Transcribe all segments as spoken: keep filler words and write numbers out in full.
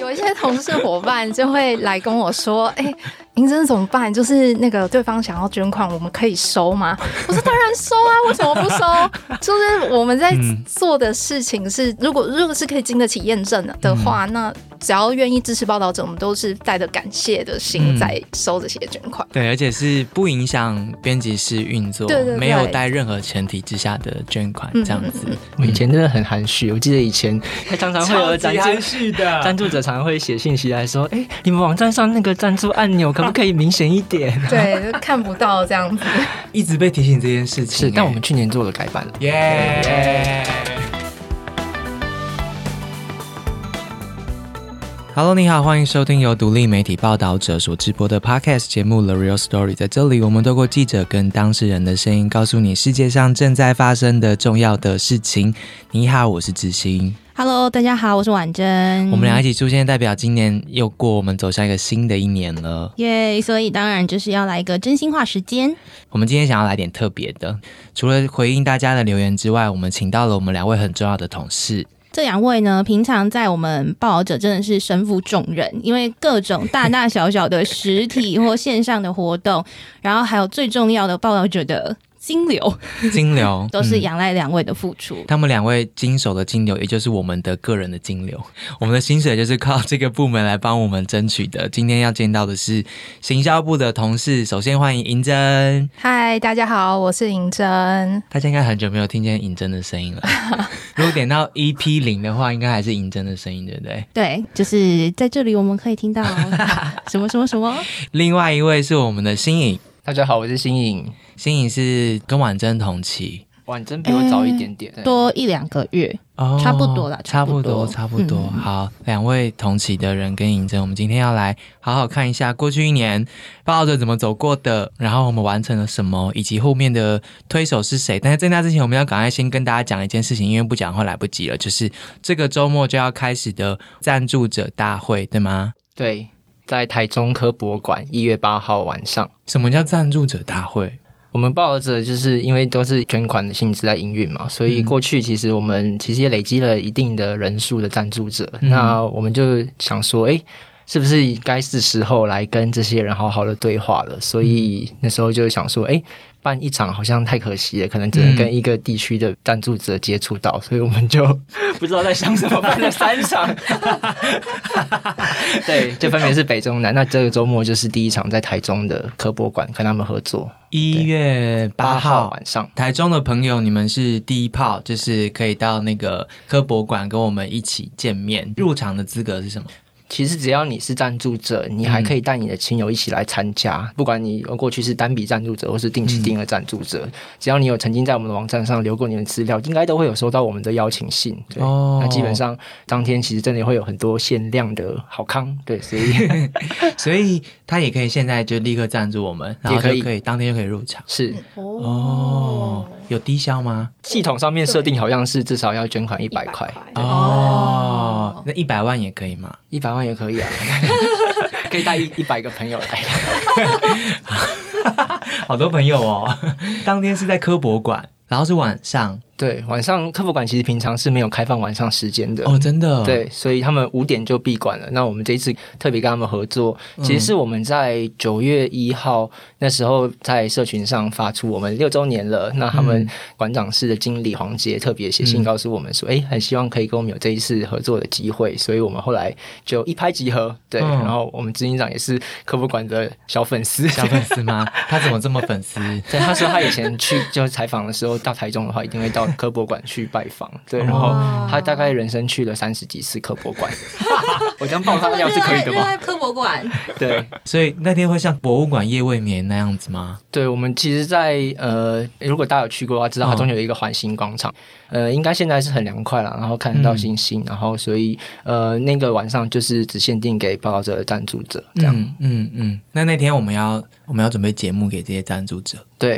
有一些同事伙伴就会来跟我说，哎、欸，银珍怎么办？就是那个对方想要捐款，我们可以收吗？我说当然收啊，为什么不收？就是我们在做的事情是，如果如果是可以经得起验证的话，嗯、那只要愿意支持报道者，我们都是带着感谢的心在收这些捐款。嗯、 对，而且是不影响编辑室运作， 对对对， 没有带任何前提之下的捐款，这样子。 嗯嗯嗯、我以前真的很含蓄，我记得以前常常会有赞助含蓄的赞助者常常会写信息来说，哎、欸，你们网站上那个赞助按钮可不可以明显一点？ 对，就看不到这样子， 一直被提醒这件事情。 是，但我们去年做了改版了， 耶、yeah! Hello， 你好，欢迎收听由独立媒体报道者所直播的 Podcast 节目 The Real Story。在这里，我们透过记者跟当事人的声音，告诉你世界上正在发生的重要的事情。你好，我是知心。 Hello， 大家好，我是婉珍。 我们俩一起出现，代表今年又过我们走向一个新的一年了。 耶、yeah, 所以当然就是要来一个真心话时间。 我们今天想要来点特别的，除了回应大家的留言之外，我们请到了我们两位很重要的同事。 这两位呢，平常在我们报道者真的是身负重任，因为各种大大小小的实体或线上的活动，然后还有最重要的报道者的金流， 金流都是仰赖两位的付出、嗯。 他们两位经手的金流，也就是我们的个人的金流，我们的薪水就是靠这个部门来帮我们争取的。今天要见到的是行销部的同事，首先欢迎银珍。 嗨，大家好，我是银珍。 大家应该很久没有听见银珍的声音了。如果点到 E P 零 的话，应该还是银珍的声音，对不对？ 对，就是在这里我们可以听到什么什么什么。 另外一位是我们的新颖。 大家好，我是新颖。 新颖是跟婉珍同期， 婉珍比我早一点点， 欸、多一两个月， 哦， 差不多啦， 差不多，差不多。嗯、好，两位同期的人跟尹珍，我们今天要来好好看一下过去一年报道者怎么走过的，然后我们完成了什么，以及后面的推手是谁。但是在那之前，我们要赶快先跟大家讲一件事情，因为不讲会来不及了，就是这个周末就要开始的赞助者大会，对吗？ 对，在台中科博馆一月八号晚上。 什么叫赞助者大会？ 我们报道者就是因为都是捐款的性质在营运嘛，所以过去其实我们其实也累积了一定的人数的赞助者、嗯、那我们就想说诶是不是该是时候来跟这些人好好的对话了，所以那时候就想说诶办一场好像太可惜了，可能只能跟一个地区的赞助者接触到、嗯、所以我们就不知道在想什么，办了三场对，就分别是北中南。那这个周末就是第一场在台中的科博馆跟他们合作， 一月八号晚上。 台中的朋友，你们是第一炮，就是可以到那个科博馆跟我们一起见面。入场的资格是什么？ 其实只要你是赞助者，你还可以带你的亲友一起来参加、嗯、不管你过去是单笔赞助者或是定期定额赞助者、嗯、只要你有曾经在我们的网站上留过你的资料，应该都会有收到我们的邀请信。对、哦、那基本上当天其实真的会有很多限量的好康，对，所以所以他也可以现在就立刻赞助我们，然后就可以, 可以当天就可以入场。 是哦，有低消吗？ 系统上面设定好像是至少要捐款一百块。 哦，那一百万也可以吗？ 一百万也可以啊，可以带一一百个朋友来。 好多朋友哦。当天是在科博馆，然后是晚上。 对，晚上科博馆其实平常是没有开放晚上时间的哦，真的。 对，所以他们五点就闭馆了。那我们这一次特别跟他们合作，其实是我们在九月一号那时候在社群上发出我们六周年了。那他们馆长室的经理黄杰特别写信告诉我们说，哎、嗯，很希望可以跟我们有这一次合作的机会，所以我们后来就一拍即合。对，嗯、然后我们执行长也是科博馆的小粉丝， 小粉丝吗？他怎么这么粉丝？ 对，他说他以前去就采访的时候，到台中的话一定会到科博馆去拜访，对，然后他大概人生去了三十几次科博馆。我这样报他料是可以的吗？ 在科博馆， 对， 所以那天会像博物馆夜未眠那样子吗？ 对，我们其实在呃，如果大家有去过的话，知道它中有一个环形广场，哦、呃，应该现在是很凉快了，然后看得到星星，嗯、然后所以呃，那个晚上就是只限定给报道者的赞助者这样。 嗯嗯嗯。那那天我们要我们要准备节目给这些赞助者， 对。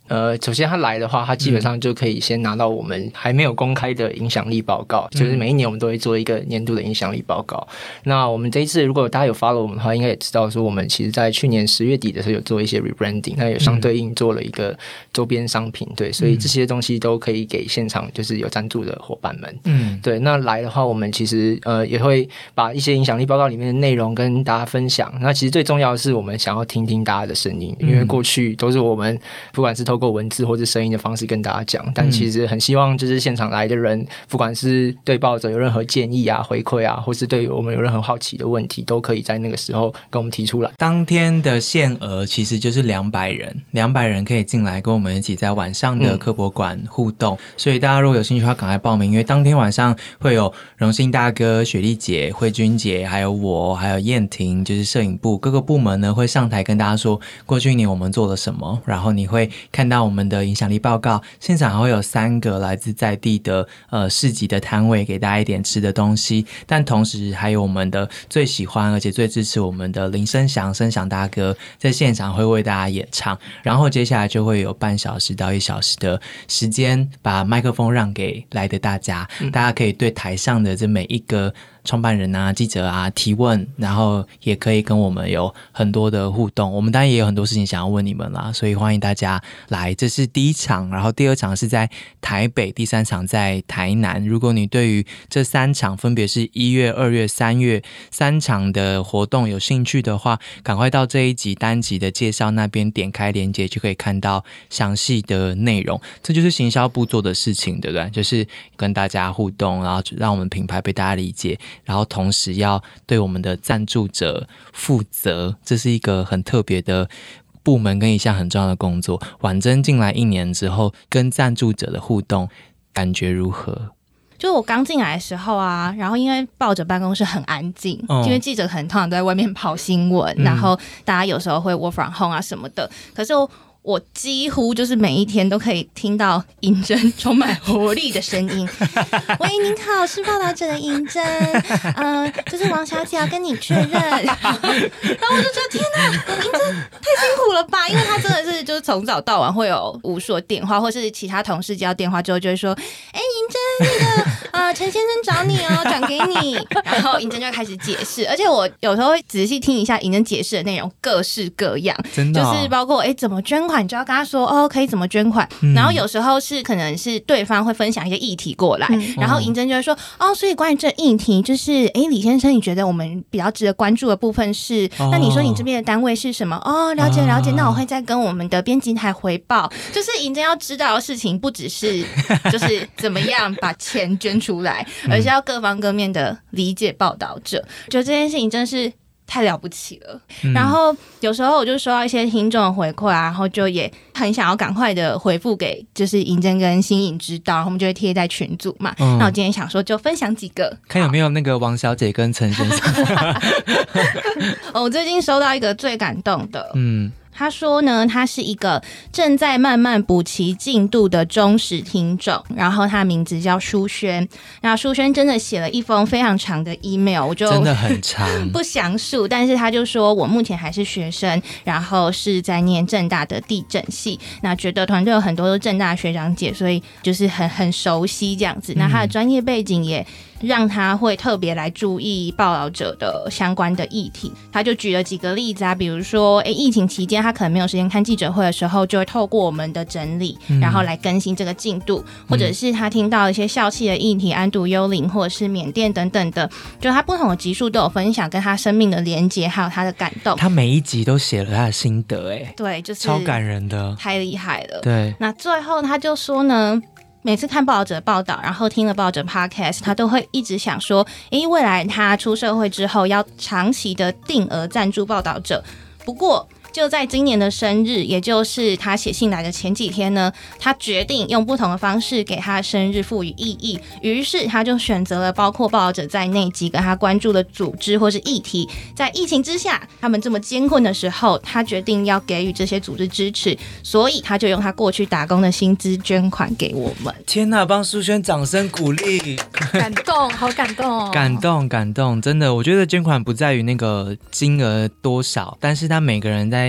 呃，首先他来的话，他基本上就可以先拿到我们还没有公开的影响力报告，嗯、就是每一年我们都会做一个年度的影响力报告。那我们这一次如果大家有 follow 我们的话，应该也知道说我们其实在去年十月底的时候有做一些 rebranding， 那也相对应做了一个周边商品，对，所以这些东西都可以给现场就是有赞助的伙伴们。嗯，对，那来的话，我们其实呃也会把一些影响力报告里面的内容跟大家分享。那其实最重要的是我们想要听听大家的声音，因为过去都是我们不管是透过文字或者声音的方式跟大家讲，但其实很希望就是现场来的人，不管是对报者有任何建议啊、回馈啊，或是对我们有任何好奇的问题，都可以在那个时候跟我们提出来。 当天的限额其实就是两百人，两百人可以进来跟我们一起在晚上的科博馆互动，嗯、所以大家如果有兴趣的话，赶快报名，因为当天晚上会有荣幸大哥、雪莉姐、慧君姐，还有我，还有燕婷，就是摄影部各个部门呢会上台跟大家说过去一年我们做了什么，然后你会看到我们的影响力报告，现场还会有三个来自在地的呃市集的摊位，给大家一点吃的东西，但同时还有我们的最喜欢而且最支持我们的林生祥生祥大哥在现场会为大家演唱，然后接下来就会有半小时到一小时的时间把麦克风让给来的大家，嗯、大家可以对台上的这每一个创办人啊、记者啊提问，然后也可以跟我们有很多的互动。我们当然也有很多事情想要问你们啦，所以欢迎大家来。这是第一场，然后第二场是在台北，第三场在台南。如果你对于这三场分别是一月、二月、三月三场的活动有兴趣的话，赶快到这一集单集的介绍那边点开连结，就可以看到详细的内容。这就是行销部做的事情，对不对？就是跟大家互动，然后让我们品牌被大家理解，然后同时要对我们的赞助者负责，这是一个很特别的部门跟一项很重要的工作。婉珍进来一年之后，跟赞助者的互动感觉如何？ 就我刚进来的时候啊，然后因为报者办公室很安静，哦、因为记者可能通常都在外面跑新闻，嗯、然后大家有时候会 work from home 啊什么的，可是我我几乎就是每一天都可以听到尹真充满活力的声音。喂，您好，是报道者的尹真，呃，就是王小姐要跟你确认。然后我就觉得天哪，尹真太辛苦了吧，因为他真的是就是从早到晚会有无数的电话，或是其他同事接到电话之后就会说，哎，尹真那个呃陈先生找你哦，转给你。然后尹真就开始解释，而且我有时候会仔细听一下尹真解释的内容，各式各样，真的、哦、就是包括哎怎么捐款。你就要跟他说哦，可以怎么捐款、嗯、然后有时候是可能是对方会分享一些议题过来、嗯、然后银珍就会说哦，所以关于这议题就是哎，李先生你觉得我们比较值得关注的部分是、哦、那你说你这边的单位是什么？哦，了解了解、啊、那我会再跟我们的编辑台回报。就是银珍要知道的事情不只是就是怎么样把钱捐出来、嗯、而是要各方各面的理解报道者。觉得这件事情真是太了不起了、嗯、然后有时候我就收到一些听众的回馈啊，然后就也很想要赶快的回复给就是银珍跟新颖知道，我们就会贴在群组嘛、嗯、那我今天想说就分享几个， 看有没有那个王小姐跟陈先生哦，我最近收到一个最感动的，嗯，他说呢，他是一个正在慢慢补齐进度的忠实听众，然后他名字叫舒轩，然后舒轩真的写了一封非常长的 email， 我就真的很长不详述，但是他就说我目前还是学生，然后是在念政大的地震系，那觉得团队有很多都政大学长姐，所以就是很很熟悉这样子，那他的专业背景也让他会特别来注意报道者的相关的议题。他就举了几个例子啊，比如说诶疫情期间他可能没有时间看记者会的时候，就会透过我们的整理、嗯、然后来更新这个进度，或者是他听到一些校企的议题，安堵幽灵或者是缅甸等等的，就他不同的集数都有分享跟他生命的连结还有他的感动， 他每一集都写了他的心得，哎， 对，就是超感人的， 太厉害了。 对， 那最后他就说呢，每次看报道者报道，然后听了报道者 podcast， 他都会一直想说，诶，未来他出社会之后要长期的定额赞助报道者。不过就在今年的生日，也就是他写信来的前几天呢，他决定用不同的方式给他的生日赋予意义，于是他就选择了包括报道者在内几个他关注的组织或是议题，在疫情之下他们这么艰困的时候，他决定要给予这些组织支持，所以他就用他过去打工的薪资捐款给我们。 天哪，帮舒轩掌声鼓励感动，好感动哦， 感动感动，真的，我觉得捐款不在于那个金额多少，但是他每个人在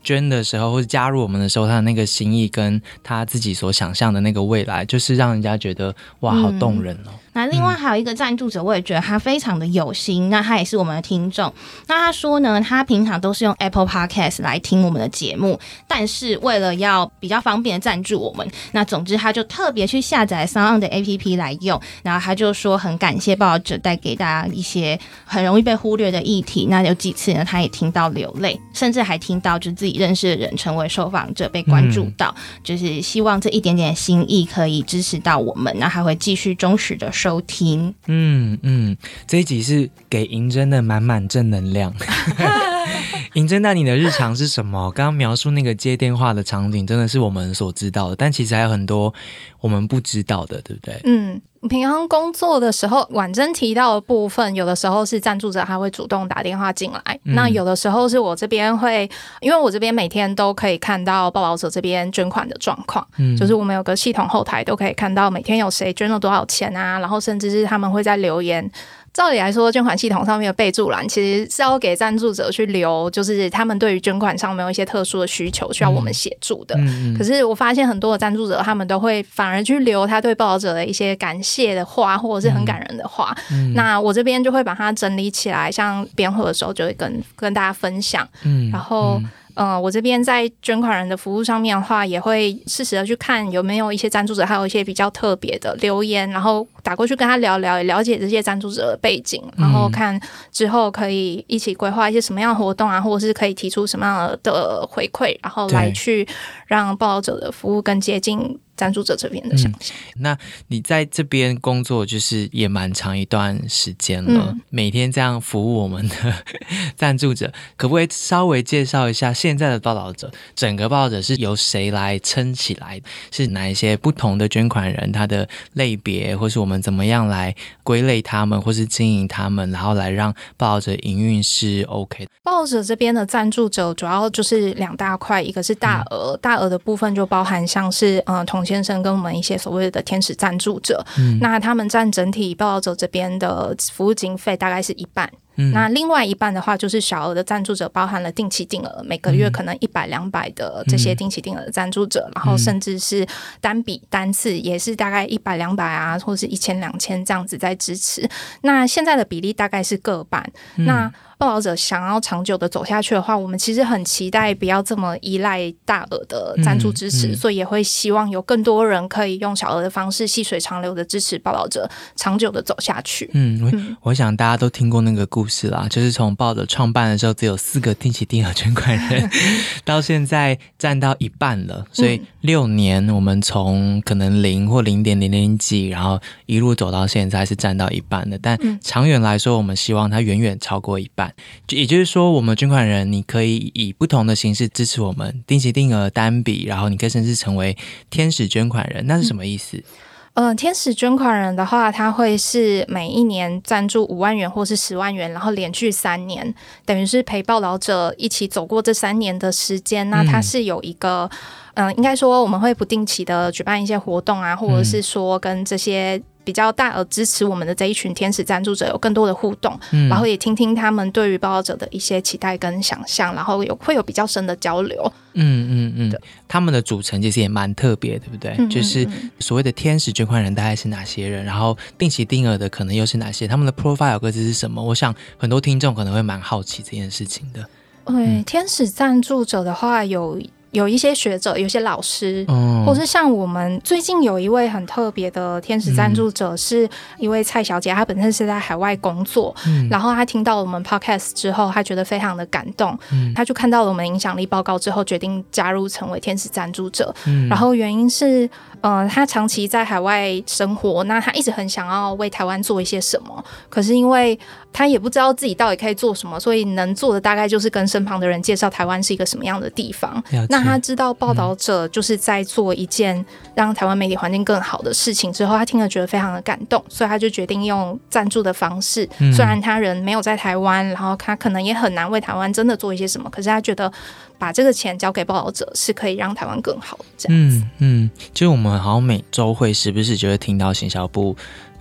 捐的时候或者加入我们的时候，他的那个心意跟他自己所想象的那个未来，就是让人家觉得哇好动人哦、嗯。 那另外还有一个赞助者，我也觉得他非常的有心，那他也是我们的听众。那他说呢，他平常都是用 Apple Podcast 来听我们的节目，但是为了要比较方便的赞助我们，那总之他就特别去下载 SoundOn 的 A P P 来用。然后他就说很感谢报道者带给大家一些很容易被忽略的议题。那有几次呢，他也听到流泪，甚至还听到就自己认识的人成为受访者被关注到、嗯、就是希望这一点点心意可以支持到我们，那还会继续忠实的收听。 嗯嗯，这一集是给银珍的满满正能量。银珍，那你的日常是什么？刚刚描述那个接电话的场景真的是我们所知道的，但其实还有很多我们不知道的，对不对？ 嗯，平常工作的时候，婉珍提到的部分，有的时候是赞助者他会主动打电话进来、嗯、那有的时候是我这边会，因为我这边每天都可以看到报道者这边捐款的状况、嗯、就是我们有个系统后台都可以看到每天有谁捐了多少钱啊，然后甚至是他们会在留言。照理来说，捐款系统上面的备注栏其实是要给赞助者去留，就是他们对于捐款上面有一些特殊的需求需要我们协助的、嗯嗯、可是我发现很多的赞助者他们都会反而去留他对报道者的一些感谢的话或者是很感人的话、嗯、那我这边就会把它整理起来，像编后的时候就会跟跟大家分享、嗯、然后嗯呃，我这边在捐款人的服务上面的话，也会适时的去看有没有一些赞助者，还有一些比较特别的留言，然后打过去跟他聊聊，也了解这些赞助者的背景，然后看之后可以一起规划一些什么样的活动啊，或者是可以提出什么样的回馈，然后来去让报道者的服务更接近赞助者这边的想象、 嗯、那你在这边工作就是也蛮长一段时间了、嗯、每天这样服务我们的赞助者，可不可以稍微介绍一下现在的报道者，整个报道者是由谁来撑起来，是哪一些不同的捐款人，他的类别，或是我们怎么样来归类他们或是经营他们，然后来让报道者营运是 OK 的。 报道者这边的赞助者主要就是两大块，一个是大额、嗯、大额的部分就包含像是呃童先生跟我们一些所谓的天使赞助者、嗯、那他们占整体报道者这边的服务经费大概是一半、嗯、那另外一半的话就是小额的赞助者，包含了定期定额，每个月可能一百两百的这些定期定额的赞助者、嗯、然后甚至是单笔单次也是大概一百两百啊，或是一千两千这样子在支持。那现在的比例大概是各半、嗯、那报道者想要长久的走下去的话，我们其实很期待不要这么依赖大额的赞助支持、嗯嗯、所以也会希望有更多人可以用小额的方式细水长流的支持报道者长久的走下去。 嗯, 嗯我想大家都听过那个故事啦，就是从报道者创办的时候只有四个定期定额捐款人到现在占到一半了，所以六年我们从可能零或零点零零几，然后一路走到现在是占到一半的，但长远来说我们希望它远远超过一半。也就是说我们捐款人你可以以不同的形式支持我们，定期定额单笔，然后你可以甚至成为天使捐款人，那是什么意思？ 呃，天使捐款人的话，他会是每一年赞助五万元或是十万元，然后连续三年，等于是陪报道者一起走过这三年的时间。那他是有一个，嗯、呃，应该说我们会不定期的举办一些活动啊，或者是说跟这些比较大额支持我们的这一群天使赞助者有更多的互动、嗯、然后也听听他们对于报道者的一些期待跟想象，然后有会有比较深的交流。 嗯嗯嗯，他们的组成其实也蛮特别，对不对？嗯嗯嗯，就是所谓的天使捐款人大概是哪些人，然后定期定额的可能又是哪些，他们的 profile 各自是什么，我想很多听众可能会蛮好奇这件事情的。 对、嗯，天使赞助者的话有有一些学者，有些老师、哦、或是像我们最近有一位很特别的天使赞助者，是一位蔡小姐，她本身是在海外工作、嗯、然后她听到了我们 podcast 之后，她觉得非常的感动、嗯、她就看到了我们影响力报告之后决定加入成为天使赞助者、嗯、然后原因是呃，她长期在海外生活，那她一直很想要为台湾做一些什么，可是因为她也不知道自己到底可以做什么，所以能做的大概就是跟身旁的人介绍台湾是一个什么样的地方。那他知道报道者就是在做一件让台湾媒体环境更好的事情之后，他听了觉得非常的感动，所以他就决定用赞助的方式、嗯、虽然他人没有在台湾，然后他可能也很难为台湾真的做一些什么，可是他觉得把这个钱交给报道者是可以让台湾更好的这样子。 嗯嗯，就我们好像每周会时不时就会听到行销部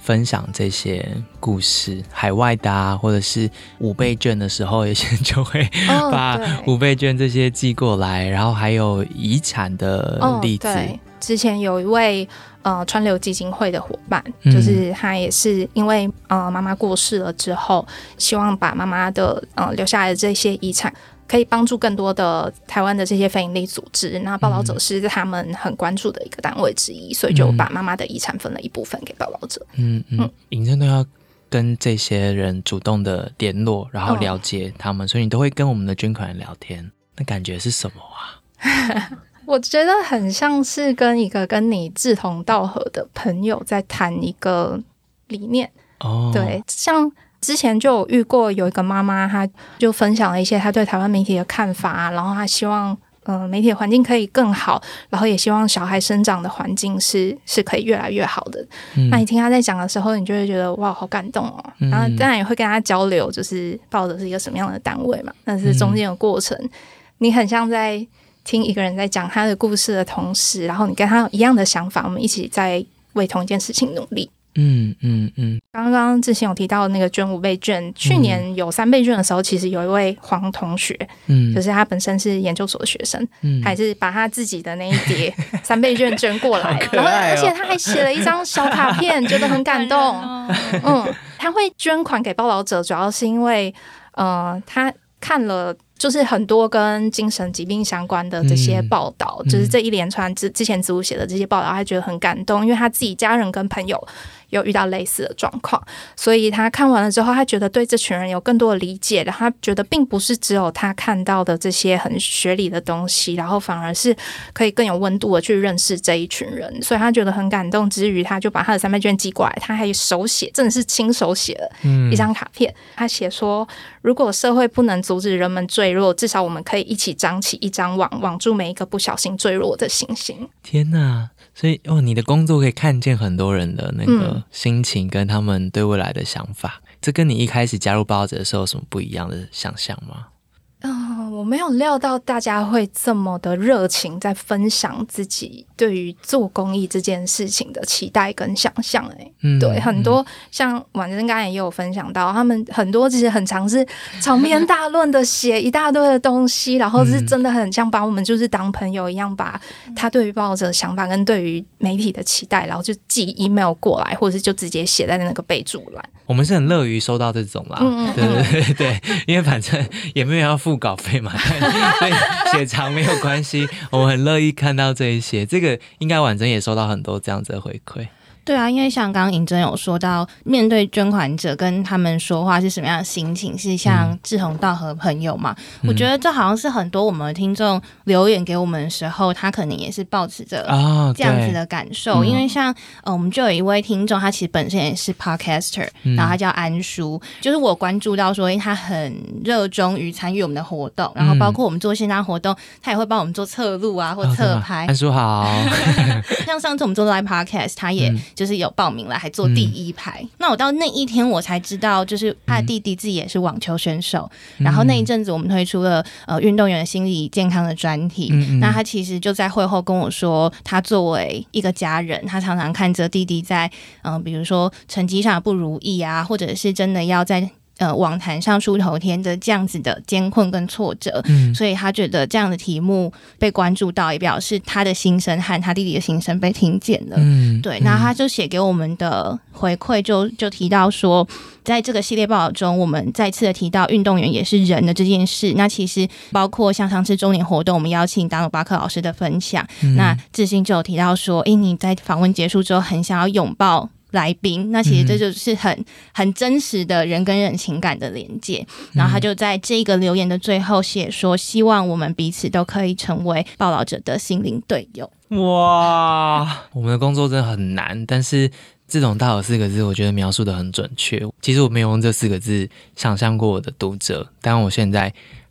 分享这些故事，海外的啊，或者是五倍券的时候，有些人就会把五倍券这些寄过来，然后还有遗产的例子。 哦、对，之前有一位呃川流基金会的伙伴，就是他也是因为呃妈妈过世了之后，希望把妈妈的呃留下来的这些遗产可以帮助更多的台湾的这些非营利组织，那报道者是他们很关注的一个单位之一，所以就把妈妈的遗产分了一部分给报道者。 嗯嗯，尹正都要跟这些人主动的联络，然后了解他们、哦、所以你都会跟我们的捐款人聊天，那感觉是什么啊？ 我觉得很像是跟一个跟你志同道合的朋友在谈一个理念。哦，对，像之前就有遇过有一个妈妈，她就分享了一些她对台湾媒体的看法、啊、然后她希望呃媒体的环境可以更好，然后也希望小孩生长的环境是是可以越来越好的、嗯、那你听她在讲的时候，你就会觉得哇好感动哦、嗯、然后当然也会跟她交流，就是报的是一个什么样的单位嘛，但是中间的过程、嗯、你很像在听一个人在讲他的故事的同时，然后你跟他有一样的想法，我们一起在为同一件事情努力。嗯嗯嗯。刚刚之前有提到那个捐五倍券，去年有三倍券的时候，其实有一位黄同学，嗯，就是他本身是研究所的学生，嗯，还是把他自己的那一叠三倍券捐过来， 哦、 然后而且他还写了一张小卡片，觉得很感动。嗯，他会捐款给报道者，主要是因为呃，他看了。就是很多跟精神疾病相关的这些报道、嗯、就是这一连串之之前子午写的这些报道，他觉得很感动，因为他自己家人跟朋友有遇到类似的状况，所以他看完了之后，他觉得对这群人有更多的理解，然后他觉得并不是只有他看到的这些很学理的东西，然后反而是可以更有温度的去认识这一群人，所以他觉得很感动之余，他就把他的三倍券寄过来，他还手写，真的是亲手写了一张卡片、嗯、他写说，如果社会不能阻止人们坠落，至少我们可以一起张起一张网，网住每一个不小心坠落的星星。 天哪，所以哦，你的工作可以看见很多人的那个心情跟他们对未来的想法、嗯、这跟你一开始加入报道者的时候有什么不一样的想象吗？ 嗯，我没有料到大家会这么的热情，在分享自己对于做公益这件事情的期待跟想象、欸嗯、对，很多、嗯、像婉珍刚才也有分享到，他们很多其实很常是长篇大论的写一大堆的东西然后是真的很像把我们就是当朋友一样，把他对于报道者的想法跟对于媒体的期待，然后就寄 email 过来，或者是就直接写在那个备注栏。 我们是很乐于收到这种啦，嗯嗯对对对对，因为反正也没有要付稿费嘛，所以写长没有关系，我们很乐意看到这一些。这个应该婉珍也收到很多这样子的回馈。 对啊，因为像刚刚尹真有说到，面对捐款者跟他们说话是什么样的心情，是像志同道合的朋友嘛、嗯、我觉得这好像是很多我们的听众留言给我们的时候，他可能也是抱持着这样子的感受、哦、因为像、呃、我们就有一位听众，他其实本身也是 podcaster、嗯、然后他叫安叔，就是我关注到说他很热衷于参与我们的活动，然后包括我们做线上活动他也会帮我们做侧录啊或侧拍、 哦、安叔好像上次我们做 live podcast 他也、嗯就是有报名了，还坐第一排、嗯、那我到那一天我才知道，就是他的弟弟自己也是网球选手、嗯、然后那一阵子我们推出了呃运动员的心理健康的专题、嗯、那他其实就在会后跟我说，他作为一个家人，他常常看着弟弟在嗯、呃，比如说成绩上的不如意啊，或者是真的要在呃，网坛上出头天的这样子的艰困跟挫折、嗯、所以他觉得这样的题目被关注到，也表示他的心声和他弟弟的心声被听见了、嗯、对，那他就写给我们的回馈就就提到说，在这个系列报道中，我们再次的提到运动员也是人的这件事。那其实包括像上次周年活动，我们邀请达努巴克老师的分享、嗯、那志兴就有提到说，诶，你在访问结束之后很想要拥抱来宾，那其实这就是很、嗯、很真实的人跟人情感的连接。然后他就在这个留言的最后写说，希望我们彼此都可以成为报道者的心灵队友。 哇，我们的工作真的很难，但是志同道合四个字我觉得描述的很准确。其实我没有用这四个字想象过我的读者，但我现在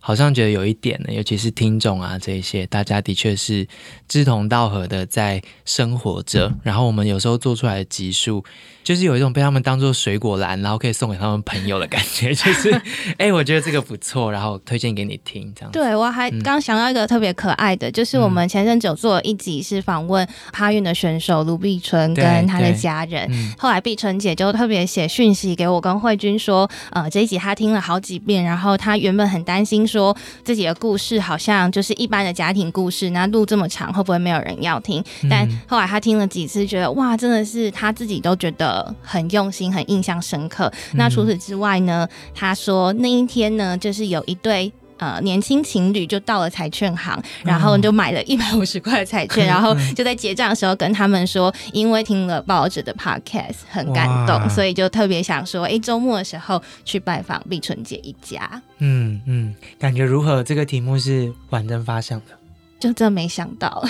好像觉得有一点呢，尤其是听众啊这一些，大家的确是志同道合的在生活着，然后我们有时候做出来的集数就是有一种被他们当作水果篮，然后可以送给他们朋友的感觉，就是哎、欸，我觉得这个不错，然后推荐给你听这样子。 对，我还刚想到一个特别可爱的、嗯、就是我们前阵子有做了一集是访问帕运的选手卢碧春跟他的家人、嗯、后来碧春姐就特别写讯息给我跟慧君说呃，这一集她听了好几遍，然后她原本很担心说自己的故事好像就是一般的家庭故事，那录这么长会不会没有人要听、嗯、但后来她听了几次觉得哇真的是她自己都觉得很用心很印象深刻、嗯、那除此之外呢，她说那一天呢就是有一对呃，年轻情侣就到了彩券行，然后就买了一百五十块的彩券、嗯、然后就在结账的时候跟他们说因为听了报纸的 podcast 很感动，所以就特别想说哎，周末的时候去拜访碧春姐一家。 嗯嗯，感觉如何？这个题目是婉珍发想的？ 就真没想到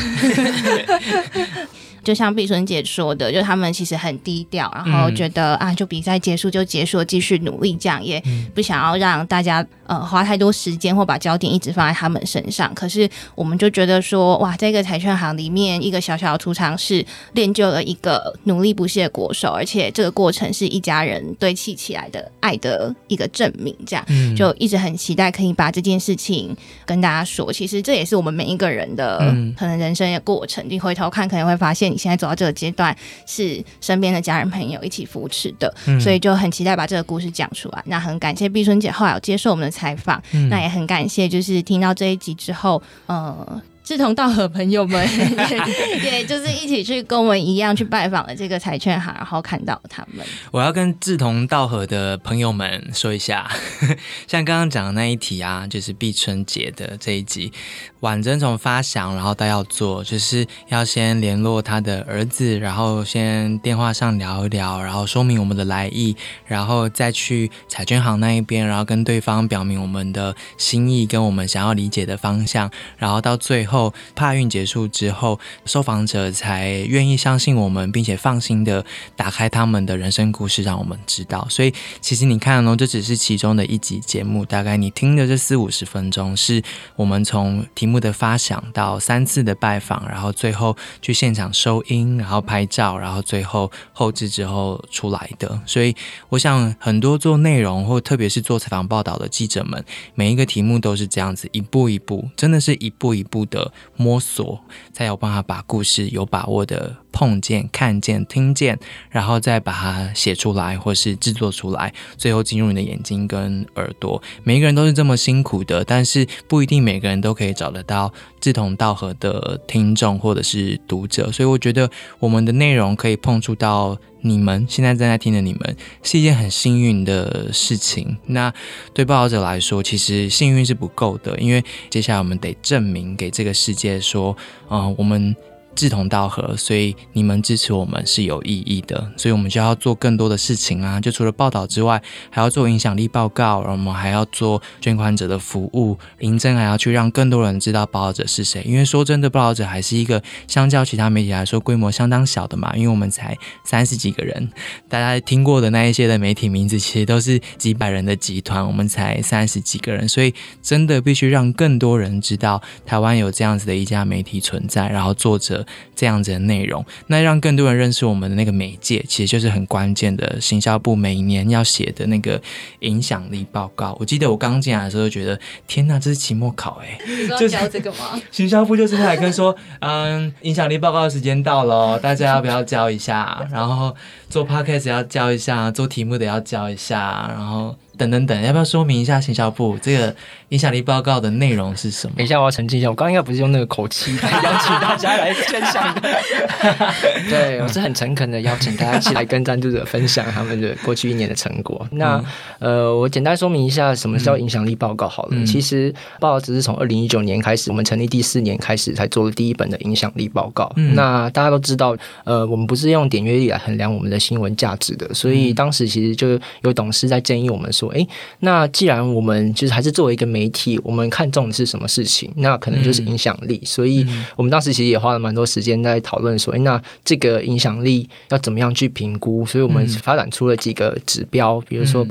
就像碧春姐说的，就他们其实很低调，然后觉得、嗯、啊，就比赛结束就结束，继续努力，这样也不想要让大家呃花太多时间或把焦点一直放在他们身上。可是我们就觉得说，哇，这个彩券行里面一个小小的储藏室练就了一个努力不懈的国手，而且这个过程是一家人堆砌起来的爱的一个证明。这样、嗯、就一直很期待可以把这件事情跟大家说。其实这也是我们每一个人的、嗯、可能人生的过程，你回头看可能会发现。你现在走到这个阶段是身边的家人朋友一起扶持的、嗯、所以就很期待把这个故事讲出来。那很感谢碧春姐后来有接受我们的采访、嗯、那也很感谢就是听到这一集之后呃志同道合朋友们也, 也就是一起去跟我们一样去拜访了这个彩券行，然后看到他们。 我要跟志同道合的朋友们说一下像刚刚讲的那一题啊，就是碧春节的这一集，婉珍从发想然后到要做，就是要先联络他的儿子，然后先电话上聊一聊，然后说明我们的来意，然后再去彩券行那一边，然后跟对方表明我们的心意跟我们想要理解的方向，然后到最后帕运结束之后，受访者才愿意相信我们，并且放心的打开他们的人生故事让我们知道。所以其实你看哦，这只是其中的一集节目，大概你听的这四五十分钟是我们从题目的发想到三次的拜访，然后最后去现场收音，然后拍照，然后最后后制之后出来的。所以我想很多做内容或特别是做采访报道的记者们，每一个题目都是这样子一步一步，真的是一步一步的摸索，才有办法把故事有把握的碰见、看见、听见，然后再把它写出来或是制作出来，最后进入你的眼睛跟耳朵。每一个人都是这么辛苦的，但是不一定每个人都可以找得到志同道合的听众或者是读者，所以我觉得我们的内容可以碰触到你们现在正在听的你们，是一件很幸运的事情。那对报道者来说，其实幸运是不够的，因为接下来我们得证明给这个世界说，呃，我们志同道合，所以你们支持我们是有意义的，所以我们就要做更多的事情啊，就除了报道之外，还要做影响力报告，然后我们还要做捐款者的服务，银针还要去让更多人知道报道者是谁。因为说真的，报道者还是一个相较其他媒体来说规模相当小的嘛，因为我们才三十几个人，大家听过的那一些的媒体名字其实都是几百人的集团，我们才三十几个人，所以真的必须让更多人知道台湾有这样子的一家媒体存在，然后作者这样子的内容，那让更多人认识我们的那个媒介，其实就是很关键的行销部每一年要写的那个影响力报告。我记得我刚进来的时候就觉得天哪，这是期末考哎、欸！ 你说要教这个吗？ 行销部就是会来跟说，嗯，影响力报告的时间到了，大家要不要教一下？然后做 podcast 要教一下，做题目的要教一下，然后等等等，要不要说明一下行销部这个影响力报告的内容是什么？ 等一下，我要澄清一下，我刚刚应该不是用那个口气来邀请大家来分享的。对，我是很诚恳的邀请大家一起来跟赞助者分享他们的过去一年的成果。那、嗯、呃，我简单说明一下什么叫影响力报告好了。嗯、其实报道只是从二零一九年开始，我们成立第四年开始才做了第一本的影响力报告。嗯、那大家都知道，呃，我们不是用点阅率来衡量我们的新闻价值的，所以当时其实就有董事在建议我们说，哎，那既然我们就是还是作为一个媒体，我们看重的是什么事情？那可能就是影响力。嗯、所以我们当时其实也花了蛮多时间在讨论说，哎，那这个影响力要怎么样去评估？所以我们发展出了几个指标，比如说包含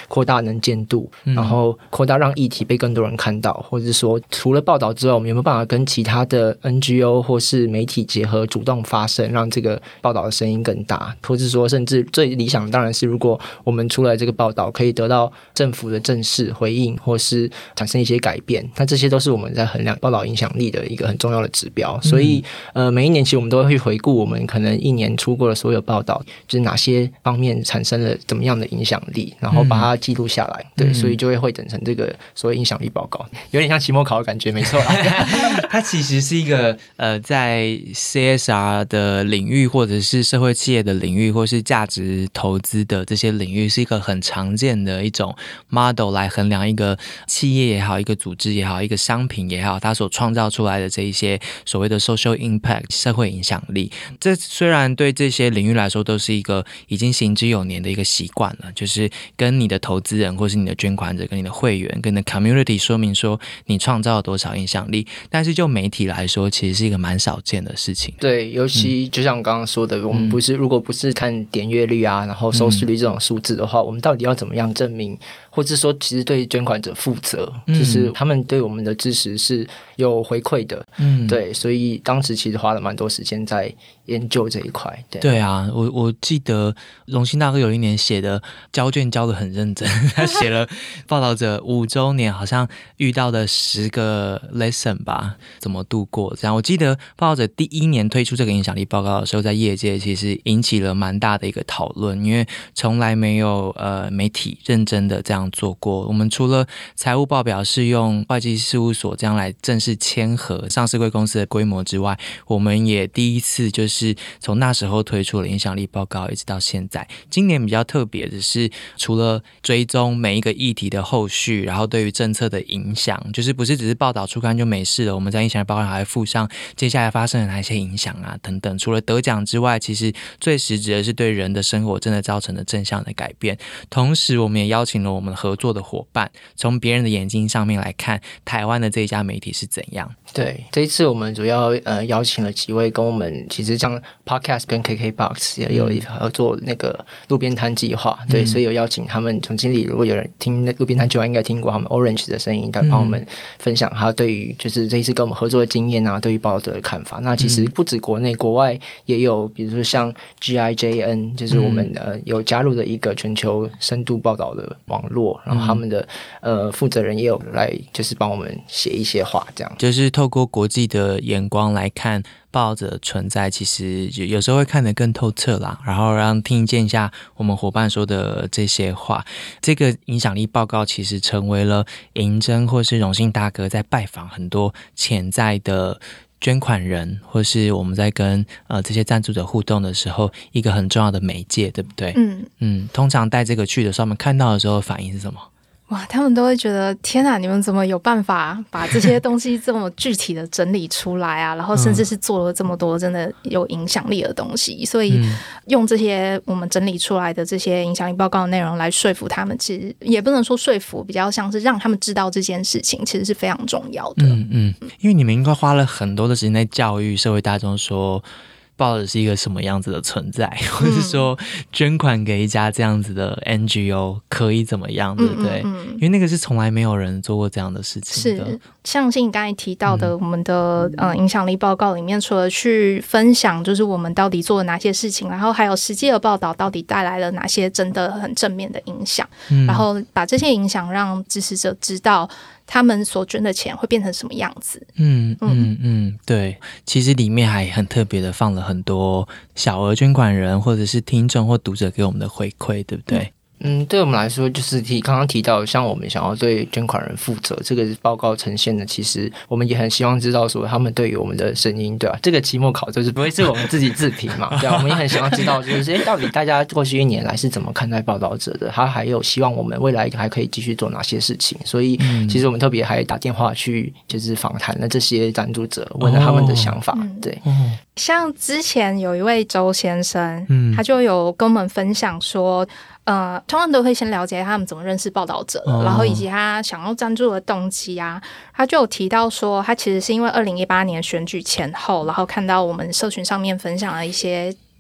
扩大能见度，然后扩大让议题被更多人看到，或者是说除了报道之外，我们有没有办法跟其他的 N G O 或是媒体结合，主动发声，让这个报道的声音更大，或者说甚至最理想当然是如果我们出来这个报道可以得到政府的正式回应，或是产生一些改变，那这些都是我们在衡量报道影响力的一个很重要的指标。所以呃，每一年其实我们都会去回顾我们可能一年出过的所有报道，就是哪些方面产生了怎么样的影响力，然后把它记录下来、嗯、对，所以就会汇整成这个所谓影响力报告，有点像期末考的感觉，没错它其实是一个呃，在 C S R 的领域，或者是社会企业的领域，或是价值投资的这些领域，是一个很常见的一种 model 来衡量一个企业也好，一个组织也好，一个商品也好，它所创造出来的这一些所谓的 social impact 社会影响力。这虽然对这些领域来说都是一个已经行之有年的一个习惯了，就是跟你的投资人或是你的捐款者跟你的会员跟你的 community 说明说你创造了多少影响力，但是就媒体来说其实是一个蛮少见的事情。 对，尤其就像刚刚说的、嗯、我们不是如果不是看点阅率啊然后收视率这种数字的话、嗯、我们到底要怎么样证明，或者说其实对捐款者负责、嗯、就是他们对我们的支持是有回馈的。嗯，对，所以当时其实花了蛮多时间在研究这一块。 对, 对啊，我我记得荣兴大哥有一年写的交卷交得很认真，他写了报道者五周年好像遇到的十个 lesson 吧，怎么度过这样。我记得报道者第一年推出这个影响力报告的时候，在业界其实引起了蛮大的一个讨论，因为从来没有呃媒体认真的这样做过。我们除了财务报表是用会计事务所这样来正式签合上市柜公司的规模之外，我们也第一次就是从那时候推出了影响力报告一直到现在。今年比较特别的是，除了追踪每一个议题的后续，然后对于政策的影响，就是不是只是报道出刊就没事了，我们在影响力报告还会附上接下来发生了哪些影响啊等等。除了得奖之外，其实最实质的是对人的生活真的造成了正向的改变。同时我们也邀请了我们合作的伙伴，从别人的眼睛上面来看台湾的这一家媒体是怎样。 对，这一次我们主要呃邀请了几位跟我们其实像 Podcast 跟 K K B O X 也有合作那个路边摊计划、嗯、对，所以有邀请他们总经理，如果有人听路边摊计划应该听过他们 Orange 的声音，他帮我们分享他对于就是这一次跟我们合作的经验啊，对于报道者的看法。那其实不止国内，国外也有，比如说像 G I J N 就是我们、嗯、呃有加入的一个全球深度报道的网络，然后他们的呃负责人也有来就是帮我们写一些话，这样就是透过国际的眼光来看报道者的存在，其实有时候会看得更透彻啦，然后让听见一下我们伙伴说的这些话。这个影响力报告其实成为了银珍或是荣幸大哥在拜访很多潜在的捐款人，或是我们在跟呃这些赞助者互动的时候一个很重要的媒介，对不对？嗯嗯，通常带这个去的时候，我们看到的时候反应是什么？ 哇，他们都会觉得天啊，你们怎么有办法把这些东西这么具体的整理出来啊？然后甚至是做了这么多真的有影响力的东西，所以用这些我们整理出来的这些影响力报告的内容来说服他们，其实也不能说说服，比较像是让他们知道这件事情其实是非常重要的。 嗯嗯，因为你们应该花了很多的时间在教育社会大众说报纸是一个什么样子的存在，或者是说捐款给一家这样子的 N G O 可以怎么样，对不对？嗯嗯嗯，因为那个是从来没有人做过这样的事情的。 是，像是你刚才提到的，我们的、嗯呃、影响力报告里面，除了去分享就是我们到底做了哪些事情，然后还有实际的报道到底带来了哪些真的很正面的影响、嗯、然后把这些影响让支持者知道他们所捐的钱会变成什么样子。 嗯嗯嗯，对，其实里面还很特别的放了很多小额捐款人或者是听众或读者给我们的回馈，对不对？嗯嗯，对我们来说，就是提刚刚提到，像我们想要对捐款人负责，这个报告呈现的，其实我们也很希望知道说他们对于我们的声音，对吧、啊？这个期末考就是不会是我们自己自评嘛，对啊，我们也很想要知道，就是哎，到底大家过去一年来是怎么看待报道者的？他还有希望我们未来还可以继续做哪些事情？所以，其实我们特别还打电话去就是访谈了这些赞助者，问了他们的想法，哦、对。 嗯，像之前有一位周先生，嗯，他就有跟我们分享说。呃，通常都会先了解他们怎么认识报道者的、哦、然后以及他想要赞助的动机啊。他就有提到说，他其实是因为二零一八年选举前后，然后看到我们社群上面分享了一些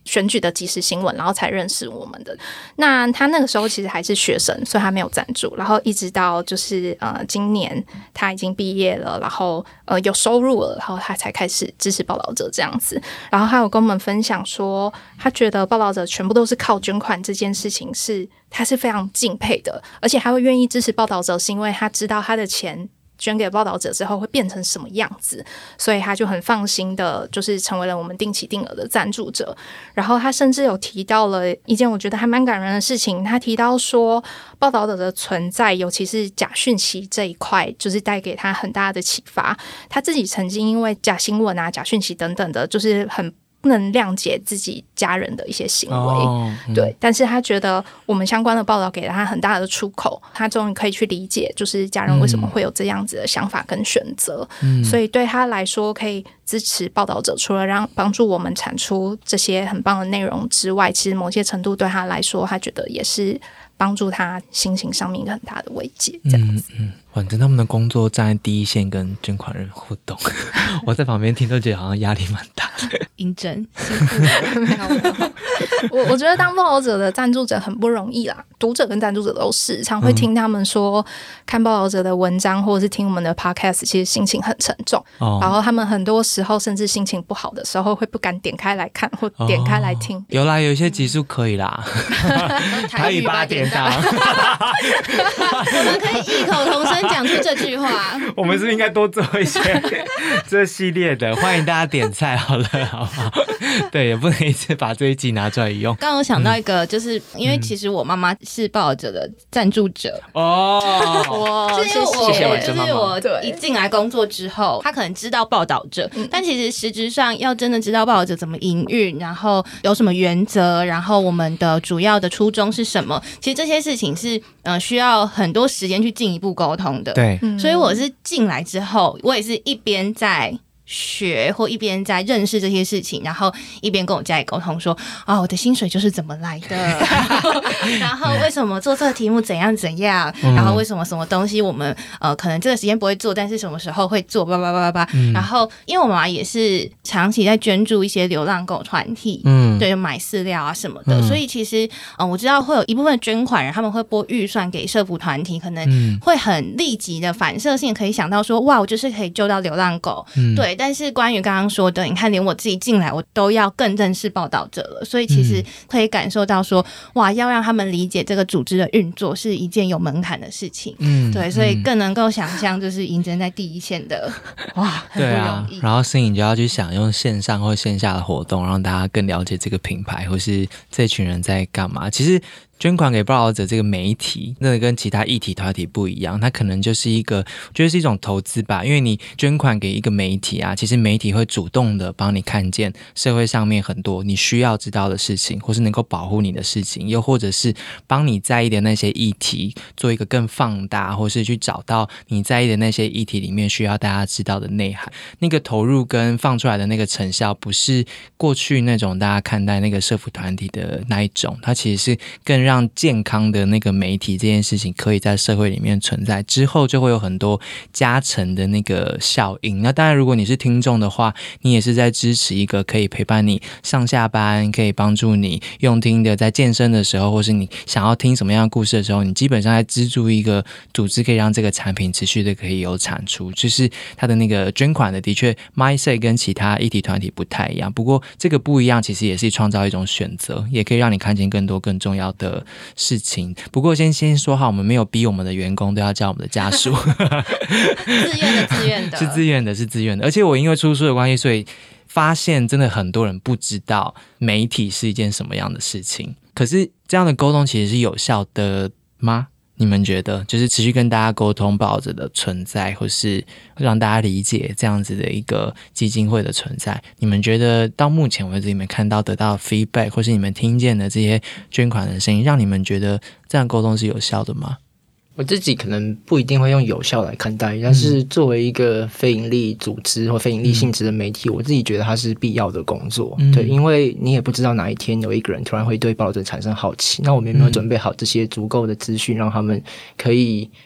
选举的即时新闻，然后才认识我们的。那他那个时候其实还是学生，所以他没有赞助，然后一直到就是呃今年他已经毕业了，然后呃有收入了，然后他才开始支持报道者这样子。然后他有跟我们分享说，他觉得报道者全部都是靠捐款这件事情是他是非常敬佩的，而且他会愿意支持报道者，是因为他知道他的钱捐给报道者之后会变成什么样子，所以他就很放心的就是成为了我们定期定额的赞助者。然后他甚至有提到了一件我觉得还蛮感人的事情，他提到说报道者的存在，尤其是假讯息这一块，就是带给他很大的启发。他自己曾经因为假新闻啊、假讯息等等的，就是很不能谅解自己家人的一些行为、哦嗯、对，但是他觉得我们相关的报道给了他很大的出口，他终于可以去理解就是家人为什么会有这样子的想法跟选择、嗯、所以对他来说可以支持报道者，除了让帮助我们产出这些很棒的内容之外，其实某些程度对他来说，他觉得也是帮助他心情上面一个很大的慰藉这样子。 嗯嗯，反正他们的工作站在第一线跟捐款人互动我在旁边听都觉得好像压力蛮大的。 英珍辛苦了没有没有我, 我觉得当报道者的赞助者很不容易啦，读者跟赞助者都是常会听他们说、嗯、看报道者的文章或者是听我们的 podcast 其实心情很沉重、哦、然后他们很多时候甚至心情不好的时候会不敢点开来看或点开来听、哦、 有啦，有一些集数可以啦台语八点档我们可以异口同声讲出这句话我们是不是应该多做一些这系列的，欢迎大家点菜好了好不好？对，也不能一次把这一集拿出来用。 刚刚我想到一个、嗯、就是因为其实我妈妈是报道者的赞助者哦， 哇，谢谢谢谢我，就是我一进来工作之后，她可能知道报道者、嗯、但其实实质上要真的知道报道者怎么营运，然后有什么原则，然后我们的主要的初衷是什么，其实这些事情是呃需要很多时间去进一步沟通的。 对、 嗯，所以我是进来之后，我也是一边在学或一边在认识这些事情，然后一边跟我家里沟通说啊、哦，我的薪水就是怎么来的然后为什么做这个题目怎样怎样、嗯、然后为什么什么东西我们呃可能这个时间不会做，但是什么时候会做叭叭叭叭叭。然后因为我妈妈也是长期在捐助一些流浪狗团体，嗯，对，买饲料啊什么的、嗯、所以其实嗯、呃、我知道会有一部分捐款人他们会拨预算给社福团体，可能会很立即的反射性可以想到说哇我就是可以救到流浪狗、嗯、对，但是关于刚刚说的，你看连我自己进来我都要更正式报道者了，所以其实可以感受到说哇要让他们理解这个组织的运作是一件有门槛的事情，嗯，对，所以更能够想象就是银针在第一线的哇很不容易。对啊， 然后摄影就要去想用线上或线下的活动让大家更了解这个品牌或是这群人在干嘛。其实捐款给报道者这个媒体，那跟其他议题团体不一样，它可能就是一个，我觉得是一种投资吧。因为你捐款给一个媒体啊，其实媒体会主动的帮你看见社会上面很多你需要知道的事情，或是能够保护你的事情，又或者是帮你在意的那些议题做一个更放大，或是去找到你在意的那些议题里面需要大家知道的内涵。那个投入跟放出来的那个成效，不是过去那种大家看待那个社福团体的那一种，它其实是更让让健康的那个媒体这件事情可以在社会里面存在，之后就会有很多加成的那个效应。那当然如果你是听众的话，你也是在支持一个可以陪伴你上下班，可以帮助你用听的，在健身的时候，或是你想要听什么样的故事的时候，你基本上在资助一个组织，可以让这个产品持续的可以有产出。就是它的那个捐款的的确 mindset 跟其他议题团体不太一样，不过这个不一样其实也是创造一种选择，也可以让你看见更多更重要的事情。不过先先说好，我们没有逼我们的员工都要叫我们的家属自愿的自愿的是自愿的是自愿的。而且我因为出书的关系，所以发现真的很多人不知道媒体是一件什么样的事情。可是这样的沟通其实是有效的吗？你们觉得就是持续跟大家沟通报道者的存在，或是让大家理解这样子的一个基金会的存在，你们觉得到目前为止你们看到得到的 feedback 或是你们听见的这些捐款的声音，让你们觉得这样沟通是有效的吗？ 我自己可能不一定会用有效来看待，但是作为一个非营利组织或非营利性质的媒体、嗯、我自己觉得它是必要的工作、嗯、对，因为你也不知道哪一天有一个人突然会对报道者产生好奇，那我们有没有准备好这些足够的资讯让他们可以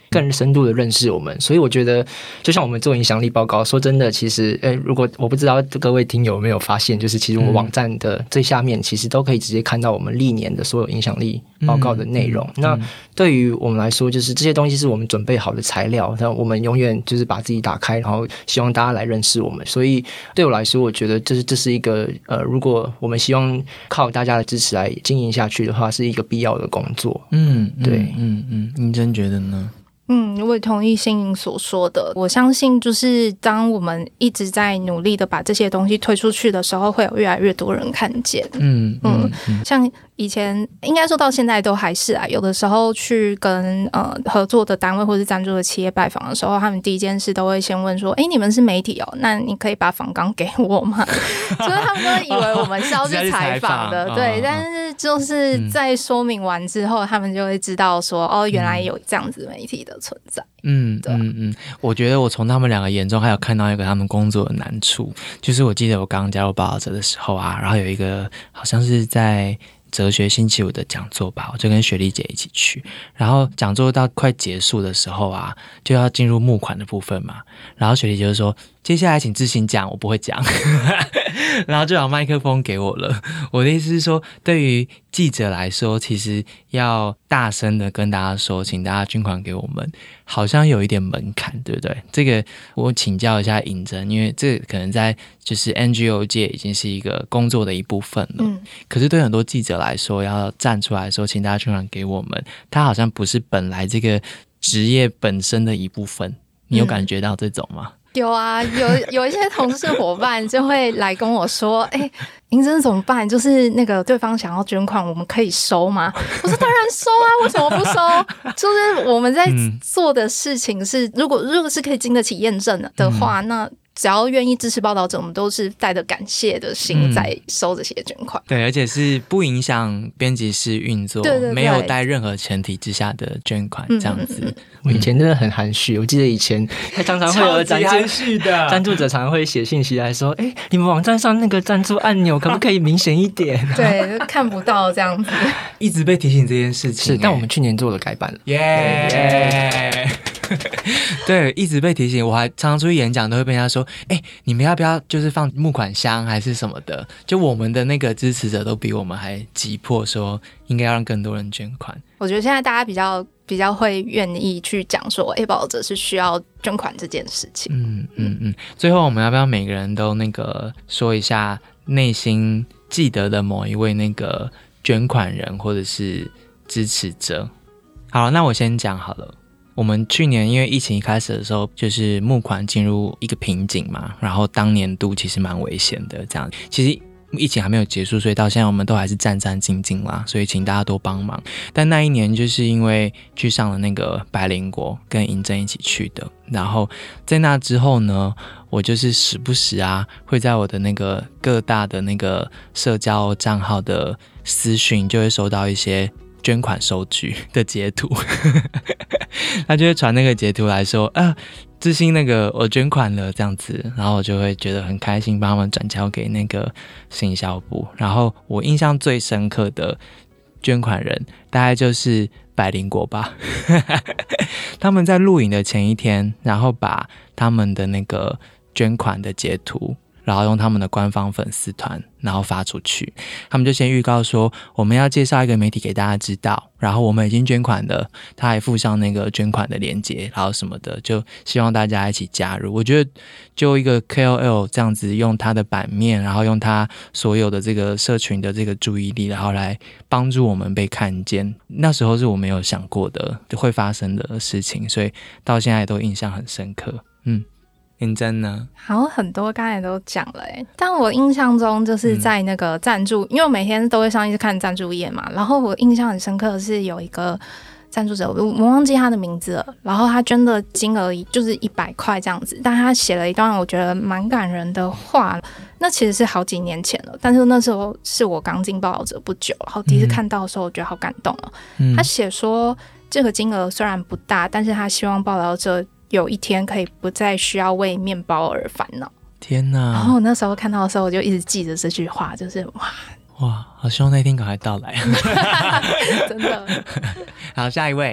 更深度的认识我们。所以我觉得就像我们做影响力报告，说真的其实诶，如果我不知道各位听友有没有发现，就是其实我们网站的最下面其实都可以直接看到我们历年的所有影响力报告的内容、嗯嗯、那对于我们来说，就是这些东西是我们准备好的材料，那我们永远就是把自己打开，然后希望大家来认识我们。所以对我来说，我觉得这是这是一个呃，如果我们希望靠大家的支持来经营下去的话，是一个必要的工作。 嗯， 对， 嗯嗯，您真觉得呢？ 嗯，我也同意欣颖所说的。我相信，就是当我们一直在努力的把这些东西推出去的时候，会有越来越多人看见。嗯嗯，嗯像以前应该说到现在都还是啊，有的时候去跟呃合作的单位或是赞助的企业拜访的时候，他们第一件事都会先问说：“哎，你们是媒体哦，那你可以把访纲给我吗？”所以他们都会以为我们是要去采访的，对。但是就是在说明完之后，他们就会知道说：“哦，原来有这样子媒体的存在。” 嗯嗯嗯，我觉得我从他们两个眼中还有看到一个他们工作的难处，就是我记得我刚刚加入报道者的时候啊，然后有一个好像是在哲学星期五的讲座吧，我就跟雪莉姐一起去，然后讲座到快结束的时候啊，就要进入募款的部分嘛，然后雪莉姐就说接下来请自行讲，我不会讲然后就把麦克风给我了。我的意思是说，对于记者来说，其实要大声的跟大家说请大家捐款给我们，好像有一点门槛，对不对？这个我请教一下尹真，因为这个可能在就是 N G O 界已经是一个工作的一部分了、嗯、可是对很多记者来说，要站出来说请大家捐款给我们，它好像不是本来这个职业本身的一部分。你有感觉到这种吗？ 嗯有啊，有有一些同事伙伴就会来跟我说：“哎、欸，银珍怎么办？就是那个对方想要捐款，我们可以收吗？”我说：“当然收啊，为什么不收？”就是我们在做的事情是，如果如果是可以经得起验证的话，嗯、那只要愿意支持报道者，我们都是带着感谢的心在收这些捐款、 嗯。对，而且是不影响编辑室运作，对对对，没有带任何前提之下的捐款，这样子。嗯嗯嗯我以前真的很含蓄，我记得以前常常会有赞助的赞助者常常会写信息来说：“哎、欸，你们网站上那个赞助按钮可不可以明显一点？” 对，看不到这样子， 一直被提醒这件事情。 是，但我们去年做了改版了， 耶、yeah! 对，一直被提醒。我还常常出去演讲，都会被人家说：“哎、欸，你们要不要就是放募款箱还是什么的？”就我们的那个支持者都比我们还急迫，说应该要让更多人捐款。 我觉得现在大家比较比较会愿意去讲说，哎，报道者是需要捐款这件事情。 嗯嗯嗯。最后，我们要不要每个人都那个说一下内心记得的某一位那个捐款人或者是支持者？好，那我先讲好了。我们去年因为疫情一开始的时候，就是募款进入一个瓶颈嘛，然后当年度其实蛮危险的，这样其实。疫情还没有结束，所以到现在我们都还是战战兢兢啦，所以请大家多帮忙。但那一年就是因为去上了那个百灵国，跟银珍一起去的，然后在那之后呢，我就是时不时啊会在我的那个各大的那个社交账号的私讯就会收到一些捐款收据的截图他就会传那个截图来说啊，知心那个我捐款了这样子，然后我就会觉得很开心，帮他们转交给那个行销部。然后我印象最深刻的捐款人大概就是百灵国吧他们在录影的前一天，然后把他们的那个捐款的截图然后用他们的官方粉丝团然后发出去，他们就先预告说我们要介绍一个媒体给大家知道，然后我们已经捐款了，他还附上那个捐款的链接然后什么的，就希望大家一起加入。我觉得就一个 K O L 这样子用他的版面，然后用他所有的这个社群的这个注意力，然后来帮助我们被看见，那时候是我没有想过的会发生的事情，所以到现在都印象很深刻。嗯，银珍呢？ 好像很多刚才都讲了耶，但我印象中就是在那个赞助、嗯、因为我每天都会上去看赞助页嘛，然后我印象很深刻的是有一个赞助者，我忘记他的名字了，然后他捐的金额就是一百块这样子，但他写了一段我觉得蛮感人的话，那其实是好几年前了，但是那时候是我刚进报道者不久，然后第一次看到的时候我觉得好感动哦、嗯、他写说这个金额虽然不大，但是他希望报道者有一天可以不再需要为面包而烦恼。 天哪！ 然后我那时候看到的时候，我就一直记着这句话，就是哇哇，好希望那天赶快到来。 真的。 好，下一位。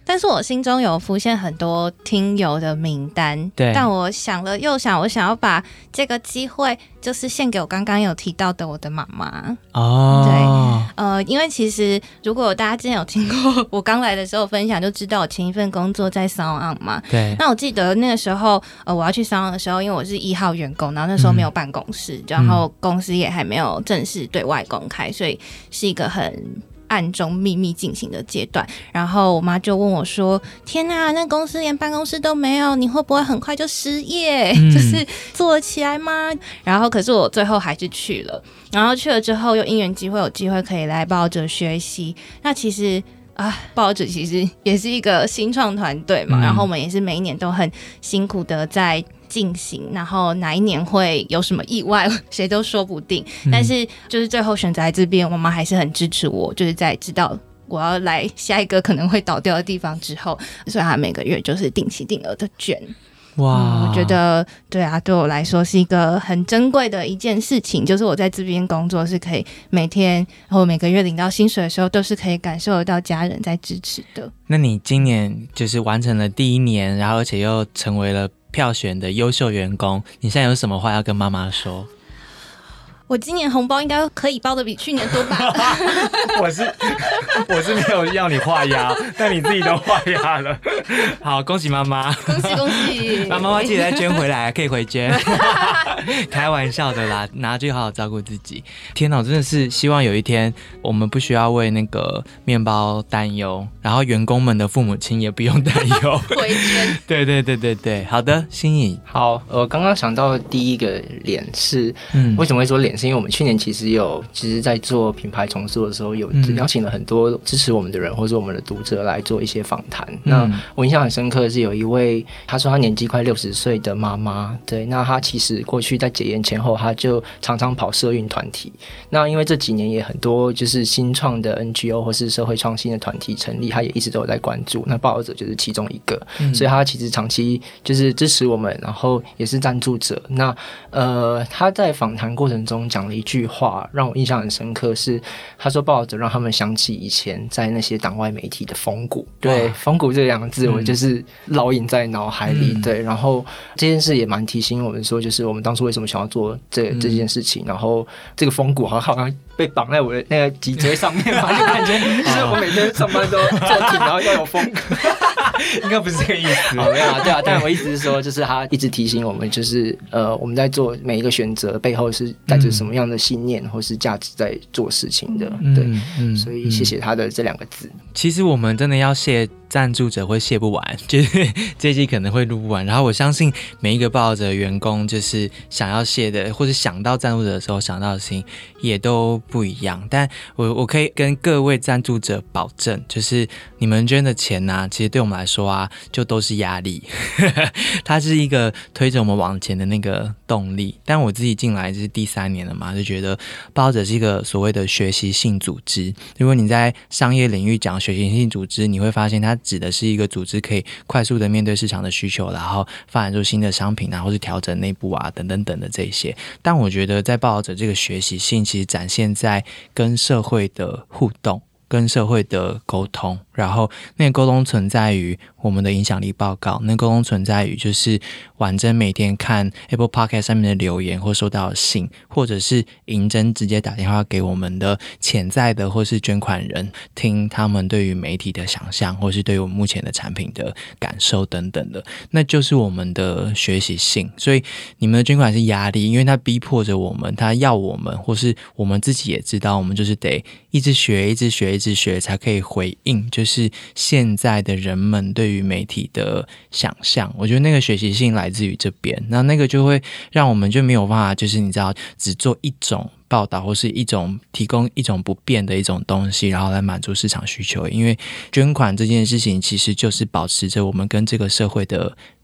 但是我心中有浮现很多听友的名单， 对， 但我想了又想，我想要把这个机会就是献给我刚刚有提到的我的妈妈。 哦， 对，呃，因为其实如果大家之前有听过我刚来的时候分享，就知道我前一份工作在 SoundOn 嘛。 对， 那我记得那个时候，呃，我要去 SoundOn 的时候，因为我是一号员工，然后那时候没有办公室，嗯、然后公司也还没有正式对外公开，所以是一个很暗中秘密进行的阶段。然后我妈就问我说：天啊，那公司连办公室都没有，你会不会很快就失业、嗯、就是做得起来吗？然后可是我最后还是去了，然后去了之后又因缘机会有机会可以来报道者学习。那其实啊，报道者其实也是一个新创团队嘛、嗯、然后我们也是每一年都很辛苦的在进行，然后哪一年会有什么意外谁都说不定、嗯、但是就是最后选择在这边，我妈还是很支持我，就是在知道我要来下一个可能会倒掉的地方之后，所以她每个月就是定期定额的捐。哇、嗯，我觉得对啊，对我来说是一个很珍贵的一件事情，就是我在这边工作是可以每天或每个月领到薪水的时候，都是可以感受得到家人在支持的。 那你今年就是完成了第一年，然后而且又成为了票选的优秀员工，你现在有什么话要跟妈妈说？ 我今年红包应该可以包的比去年多吧？ 我是我是没有要你画押，但你自己都画押了。好，恭喜妈妈， 恭喜恭喜！ 妈妈记得再捐回来，可以回捐。开玩笑的啦，拿去好好照顾自己。天哪，我真的是希望有一天我们不需要为那个面包担忧，然后员工们的父母亲也不用担忧。 回捐。 对对对对对，好的，心怡。 好，我刚刚想到第一个脸是，嗯，为什么会说脸？是因为我们去年其实有，其实在做品牌重塑的时候，有邀请了很多支持我们的人，或者我们的读者来做一些访谈。嗯、那我印象很深刻的是有一位，他说他年纪快六十岁的妈妈，对，那他其实过去在解严前后，他就常常跑社运团体。那因为这几年也很多就是新创的 N G O 或是社会创新的团体成立，他也一直都有在关注。那报道者就是其中一个，嗯、所以他其实长期就是支持我们，然后也是赞助者。那呃，他在访谈过程中讲了一句话让我印象很深刻，是他说报道者让他们想起以前在那些党外媒体的风骨。对，风骨这两个字我就是烙印在脑海里、嗯、对，然后这件事也蛮提醒我们说，就是我们当初为什么想要做这这件事情、嗯、然后这个风骨好像被绑在我的那个脊椎上面嘛，就感觉就是我每天上班都做挺，然后要有风格。 应该不是这个意思。 哦，没有啊，对啊，但我意思是说，就是他一直提醒我们，就是呃，我们在做每一个选择背后是带着什么样的信念或是价值在做事情的。嗯、对、嗯，所以谢谢他的这两个字。 其实我们真的要谢赞助者会谢不完，就是这一季可能会录不完。然后我相信每一个报道者的员工，就是想要谢的，或者想到赞助者的时候想到的心也都不一样。但我我可以跟各位赞助者保证，就是你们捐的钱啊，其实对我们来说啊，就都是压力。它是一个推着我们往前的那个动力。但我自己进来是第三年了嘛，就觉得报道者是一个所谓的学习性组织。如果你在商业领域讲学习性组织，你会发现它指的是一个组织可以快速的面对市场的需求，然后发展出新的商品啊，或是调整内部啊等等等的这些。但我觉得在报道者这个学习性其实展现在跟社会的互动，跟社会的沟通，然后那个沟通存在于我们的影响力报告，那个沟通存在于就是婉珍每天看 Apple Podcast 上面的留言或收到的信，或者是银珍直接打电话给我们的潜在的或是捐款人，听他们对于媒体的想象，或是对于我们目前的产品的感受等等的，那就是我们的学习性。所以你们的捐款是压力，因为它逼迫着我们，它要我们，或是我们自己也知道，我们就是得一直学一直学一直学才可以回应就是现在的人们对于媒体的想象。我觉得那个学习性来自于这边，那那个就会让我们就没有办法就是你知道只做一种报道或是一种提供一种不变的一种东西，然后来满足市场需求。因为捐款这件事情其实就是保持着我们跟这个社会的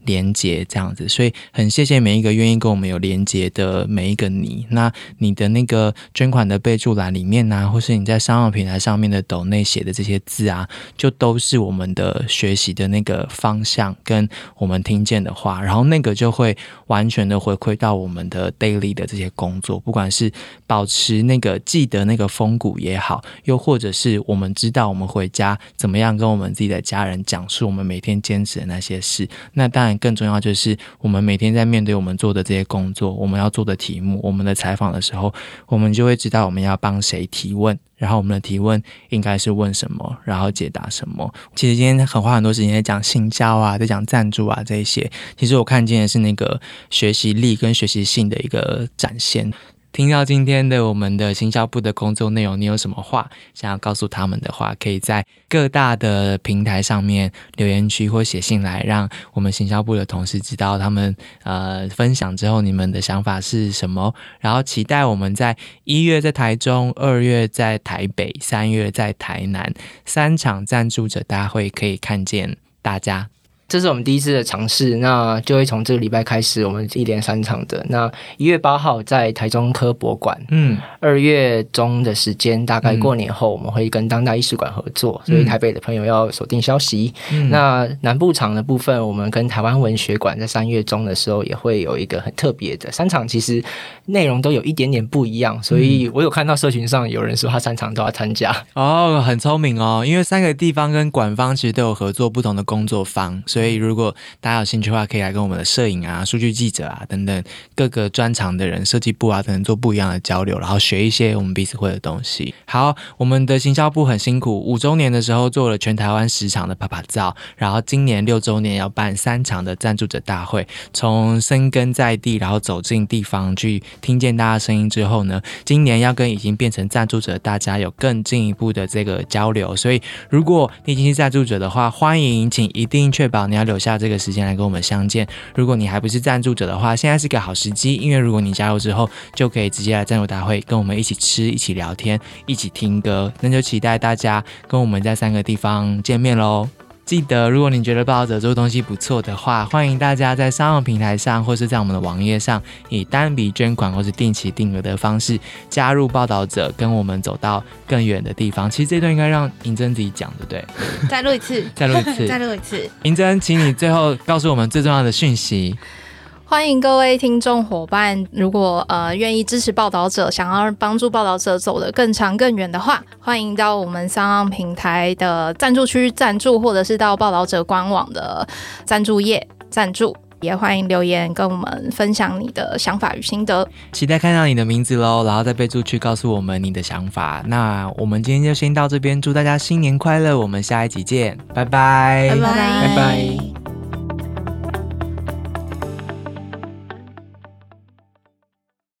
连结这样子，所以很谢谢每一个愿意跟我们有连结的每一个你。那你的那个捐款的备注栏里面啊，或是你在商业平台上面的斗内写的这些字啊，就都是我们的学习的那个方向跟我们听见的话，然后那个就会完全的回馈到我们的 daily 的这些工作，不管是保持那个记得那个风骨也好，又或者是我们知道我们回家怎么样跟我们自己的家人讲述我们每天坚持的那些事。那当然更重要就是我们每天在面对我们做的这些工作，我们要做的题目，我们的采访的时候，我们就会知道我们要帮谁提问，然后我们的提问应该是问什么，然后解答什么。其实今天很花很多时间在讲行销啊，在讲赞助啊这一些，其实我看见的是那个学习力跟学习性的一个展现。听到今天的我们的行销部的工作内容，你有什么话想要告诉他们的话，可以在各大的平台上面留言区或写信来，让我们行销部的同事知道他们呃分享之后你们的想法是什么，然后期待我们在一月在台中，二月在台北，三月在台南三场赞助者大会可以看见大家。 这是我们第一次的尝试，那就会从这个礼拜开始，我们一连三场的。那一月八号在台中科博馆，嗯，二月中的时间，大概过年后，我们会跟当代艺术馆合作，嗯、所以台北的朋友要锁定消息。嗯、那南部场的部分，我们跟台湾文学馆在三月中的时候也会有一个很特别的三场，其实内容都有一点点不一样，所以我有看到社群上有人说他三场都要参加。 哦，很聪明哦，因为三个地方跟馆方其实都有合作不同的工作坊，所以。所以如果大家有兴趣的话，可以来跟我们的摄影啊、数据记者啊等等各个专长的人、设计部啊等等做不一样的交流，然后学一些我们彼此会的东西。好，我们的行销部很辛苦，五周年的时候做了全台湾十场的啪啪照，然后今年六周年要办三场的赞助者大会，从深耕在地，然后走进地方去听见大家声音之后呢，今年要跟已经变成赞助者的大家有更进一步的这个交流。所以如果你已经是赞助者的话，欢迎请一定确保你要留下这个时间来跟我们相见。如果你还不是赞助者的话，现在是个好时机，因为如果你加入之后，就可以直接来赞助大会跟我们一起吃、一起聊天、一起听歌。那就期待大家跟我们在三个地方见面咯。记得如果你觉得报道者做东西不错的话，欢迎大家在商用平台上或是在我们的网页上以单笔捐款或是定期定额的方式加入报道者，跟我们走到更远的地方。其实这段应该让银珍自己讲，对不对？ 再录一次再录一次再录一次。 银珍，请你最后告诉我们最重要的讯息。 欢迎各位听众伙伴，如果呃愿意支持报道者，想要帮助报道者走得更长更远的话，欢迎到我们三浪平台的赞助区赞助，或者是到报道者官网的赞助页赞助。也欢迎留言跟我们分享你的想法与心得， 期待看到你的名字咯，然后在备注区告诉我们你的想法。那我们今天就先到这边，祝大家新年快乐，我们下一集见，拜拜， 拜拜， 拜拜。